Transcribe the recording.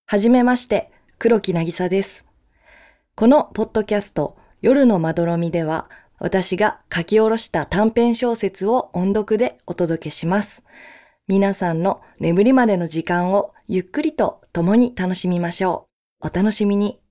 はじめまして、黒木なぎさです。このポッドキャスト、夜のまどろみでは、私が書き下ろした短編小説を音読でお届けします。皆さんの眠りまでの時間をゆっくりと共に楽しみましょう。お楽しみに。